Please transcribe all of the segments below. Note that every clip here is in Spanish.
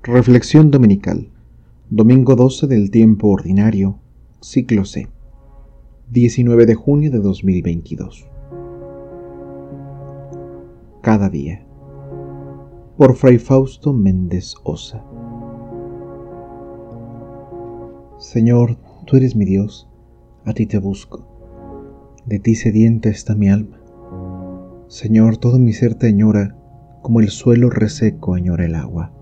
Reflexión dominical, domingo 12 del tiempo ordinario, ciclo C, 19 de junio de 2022. Cada día, por Fray Fausto Méndez Osa. Señor, tú eres mi Dios, a ti te busco, de ti sedienta está mi alma. Señor, todo mi ser te añora, como el suelo reseco añora el agua.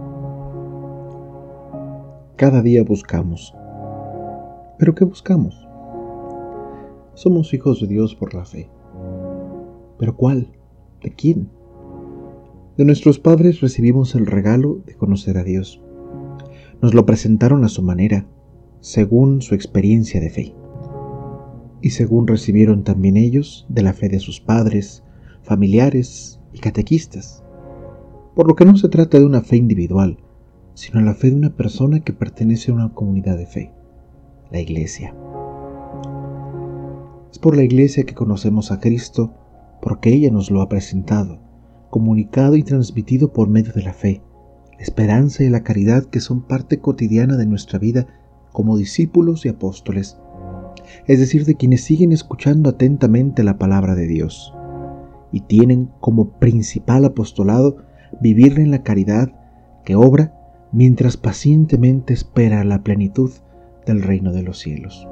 Cada día buscamos. ¿Pero qué buscamos? Somos hijos de Dios por la fe. ¿Pero cuál? ¿De quién? De nuestros padres recibimos el regalo de conocer a Dios. Nos lo presentaron a su manera, según su experiencia de fe. Y según recibieron también ellos de la fe de sus padres, familiares y catequistas. Por lo que no se trata de una fe individual, sino la fe de una persona que pertenece a una comunidad de fe, la Iglesia. Es por la Iglesia que conocemos a Cristo, porque ella nos lo ha presentado, comunicado y transmitido por medio de la fe, la esperanza y la caridad que son parte cotidiana de nuestra vida como discípulos y apóstoles, es decir, de quienes siguen escuchando atentamente la palabra de Dios y tienen como principal apostolado vivir en la caridad que obra mientras pacientemente espera la plenitud del reino de los cielos.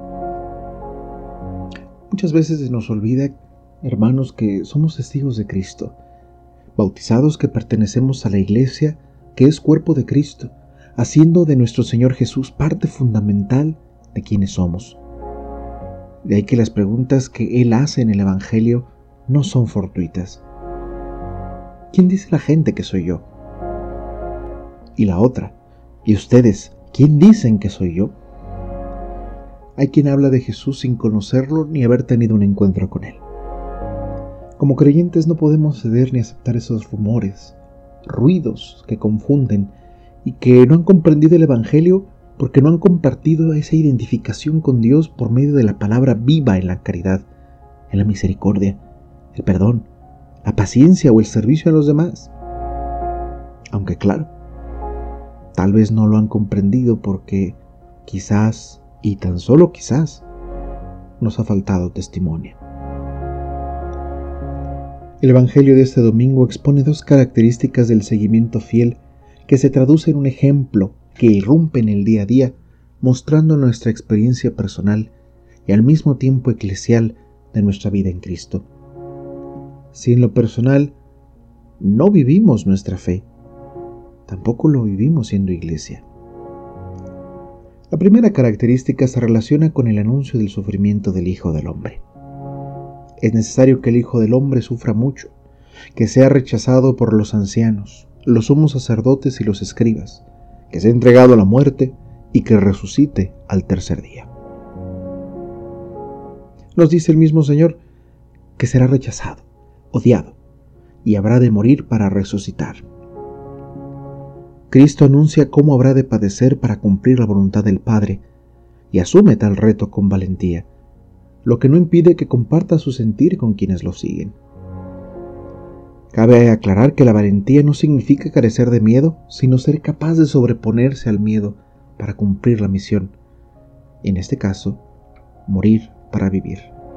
Muchas veces se nos olvida, hermanos, que somos testigos de Cristo, bautizados que pertenecemos a la Iglesia, que es cuerpo de Cristo, haciendo de nuestro Señor Jesús parte fundamental de quienes somos. De ahí que las preguntas que Él hace en el Evangelio no son fortuitas. ¿Quién dice la gente que soy yo? Y la otra, ¿y ustedes, quién dicen que soy yo? Hay quien habla de Jesús sin conocerlo ni haber tenido un encuentro con Él. Como creyentes no podemos ceder ni aceptar esos rumores, ruidos que confunden y que no han comprendido el Evangelio porque no han compartido esa identificación con Dios por medio de la palabra viva en la caridad, en la misericordia, el perdón, la paciencia o el servicio a los demás. Aunque claro, tal vez no lo han comprendido porque quizás, y tan solo quizás, nos ha faltado testimonio. El Evangelio de este domingo expone dos características del seguimiento fiel que se traduce en un ejemplo que irrumpe en el día a día, mostrando nuestra experiencia personal y al mismo tiempo eclesial de nuestra vida en Cristo. Si en lo personal no vivimos nuestra fe, tampoco lo vivimos siendo Iglesia. La primera característica se relaciona con el anuncio del sufrimiento del Hijo del Hombre. Es necesario que el Hijo del Hombre sufra mucho, que sea rechazado por los ancianos, los sumos sacerdotes y los escribas, que sea entregado a la muerte y que resucite al tercer día. Nos dice el mismo Señor que será rechazado, odiado, y habrá de morir para resucitar. Cristo anuncia cómo habrá de padecer para cumplir la voluntad del Padre y asume tal reto con valentía, lo que no impide que comparta su sentir con quienes lo siguen. Cabe aclarar que la valentía no significa carecer de miedo, sino ser capaz de sobreponerse al miedo para cumplir la misión, y en este caso, morir para vivir.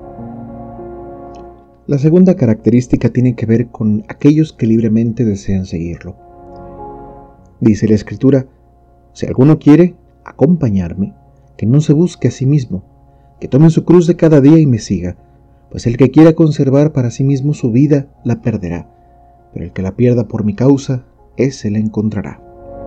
La segunda característica tiene que ver con aquellos que libremente desean seguirlo. Dice la Escritura: si alguno quiere acompañarme, que no se busque a sí mismo, que tome su cruz de cada día y me siga, pues el que quiera conservar para sí mismo su vida la perderá, pero el que la pierda por mi causa, ese la encontrará.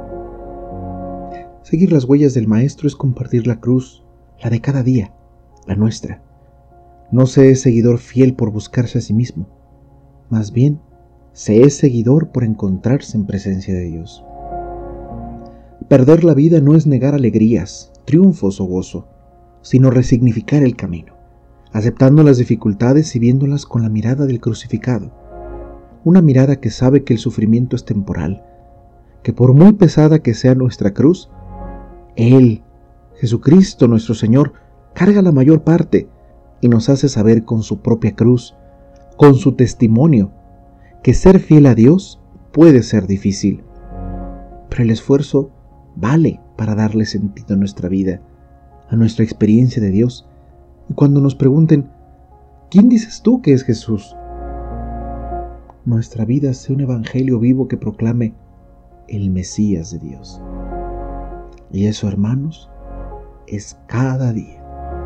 Seguir las huellas del Maestro es compartir la cruz, la de cada día, la nuestra. No se es seguidor fiel por buscarse a sí mismo, más bien se es seguidor por encontrarse en presencia de Dios. Perder la vida no es negar alegrías, triunfos o gozo, sino resignificar el camino, aceptando las dificultades y viéndolas con la mirada del crucificado. Una mirada que sabe que el sufrimiento es temporal, que por muy pesada que sea nuestra cruz, Él, Jesucristo nuestro Señor, carga la mayor parte y nos hace saber con su propia cruz, con su testimonio, que ser fiel a Dios puede ser difícil, pero el esfuerzo vale para darle sentido a nuestra vida, a nuestra experiencia de Dios. Y cuando nos pregunten, ¿quién dices tú que es Jesús?, nuestra vida sea un evangelio vivo que proclame el Mesías de Dios. Y eso, hermanos, es cada día.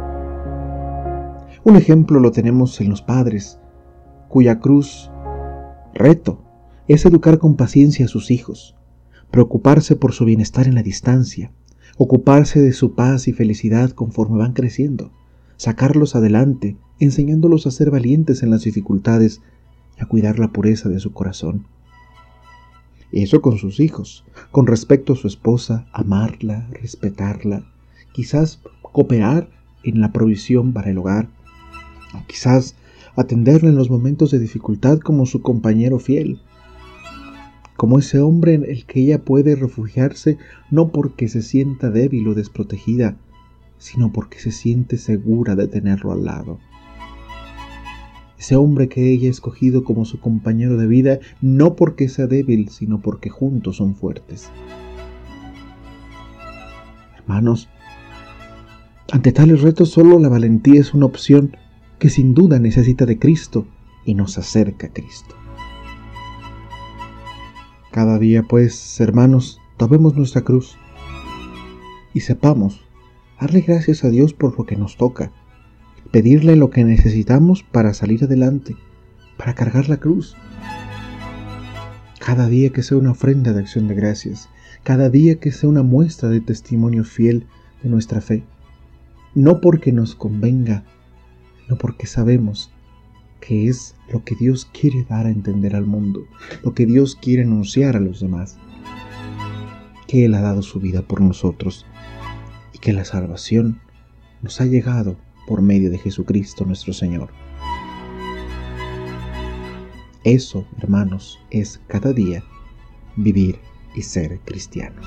Un ejemplo lo tenemos en los padres, cuya reto es educar con paciencia a sus hijos, preocuparse por su bienestar en la distancia, ocuparse de su paz y felicidad conforme van creciendo, sacarlos adelante, enseñándolos a ser valientes en las dificultades y a cuidar la pureza de su corazón. Eso con sus hijos, con respecto a su esposa, amarla, respetarla, quizás cooperar en la provisión para el hogar, o quizás atenderla en los momentos de dificultad como su compañero fiel, como ese hombre en el que ella puede refugiarse no porque se sienta débil o desprotegida, sino porque se siente segura de tenerlo al lado. Ese hombre que ella ha escogido como su compañero de vida, no porque sea débil, sino porque juntos son fuertes. Hermanos, ante tales retos solo la valentía es una opción que sin duda necesita de Cristo y nos acerca a Cristo. Cada día, pues, hermanos, tomemos nuestra cruz y sepamos darle gracias a Dios por lo que nos toca, pedirle lo que necesitamos para salir adelante, para cargar la cruz. Cada día que sea una ofrenda de acción de gracias, cada día que sea una muestra de testimonio fiel de nuestra fe, no porque nos convenga, sino porque sabemos que es lo que Dios quiere dar a entender al mundo, lo que Dios quiere anunciar a los demás, que Él ha dado su vida por nosotros y que la salvación nos ha llegado por medio de Jesucristo nuestro Señor. Eso, hermanos, es cada día vivir y ser cristianos.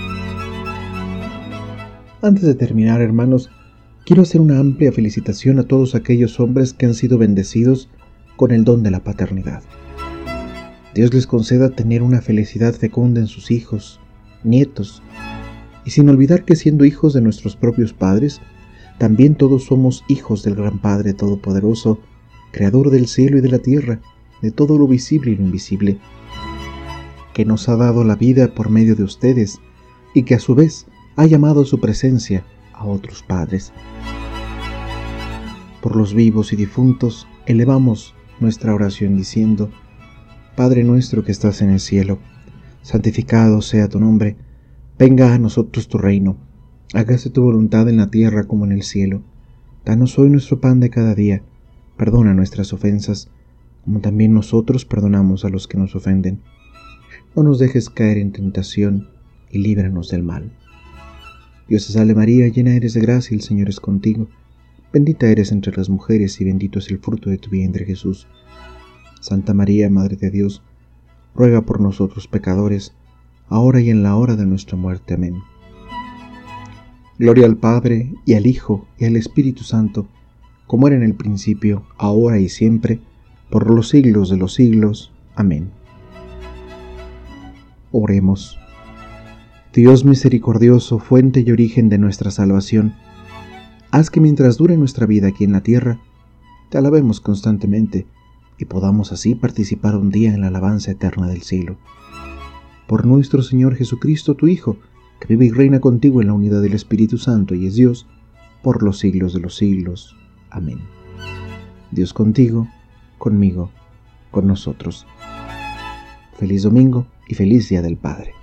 Antes de terminar, hermanos, quiero hacer una amplia felicitación a todos aquellos hombres que han sido bendecidos con el don de la paternidad. Dios les conceda tener una felicidad fecunda en sus hijos, nietos, y sin olvidar que siendo hijos de nuestros propios padres, también todos somos hijos del gran Padre Todopoderoso, Creador del cielo y de la tierra, de todo lo visible y lo invisible, que nos ha dado la vida por medio de ustedes y que a su vez ha llamado a su presencia a otros padres. Por los vivos y difuntos elevamos nuestra oración diciendo: Padre nuestro que estás en el cielo, santificado sea tu nombre, venga a nosotros tu reino, hágase tu voluntad en la tierra como en el cielo. Danos hoy nuestro pan de cada día, perdona nuestras ofensas, como también nosotros perdonamos a los que nos ofenden. No nos dejes caer en tentación y líbranos del mal. Dios te salve María, llena eres de gracia, el Señor es contigo. Bendita eres entre las mujeres y bendito es el fruto de tu vientre Jesús. Santa María, Madre de Dios, ruega por nosotros pecadores, ahora y en la hora de nuestra muerte. Amén. Gloria al Padre, y al Hijo, y al Espíritu Santo, como era en el principio, ahora y siempre, por los siglos de los siglos. Amén. Oremos. Dios misericordioso, fuente y origen de nuestra salvación, haz que mientras dure nuestra vida aquí en la tierra, te alabemos constantemente y podamos así participar un día en la alabanza eterna del cielo. Por nuestro Señor Jesucristo, tu Hijo, que vive y reina contigo en la unidad del Espíritu Santo y es Dios, por los siglos de los siglos. Amén. Dios contigo, conmigo, con nosotros. Feliz domingo y feliz Día del Padre.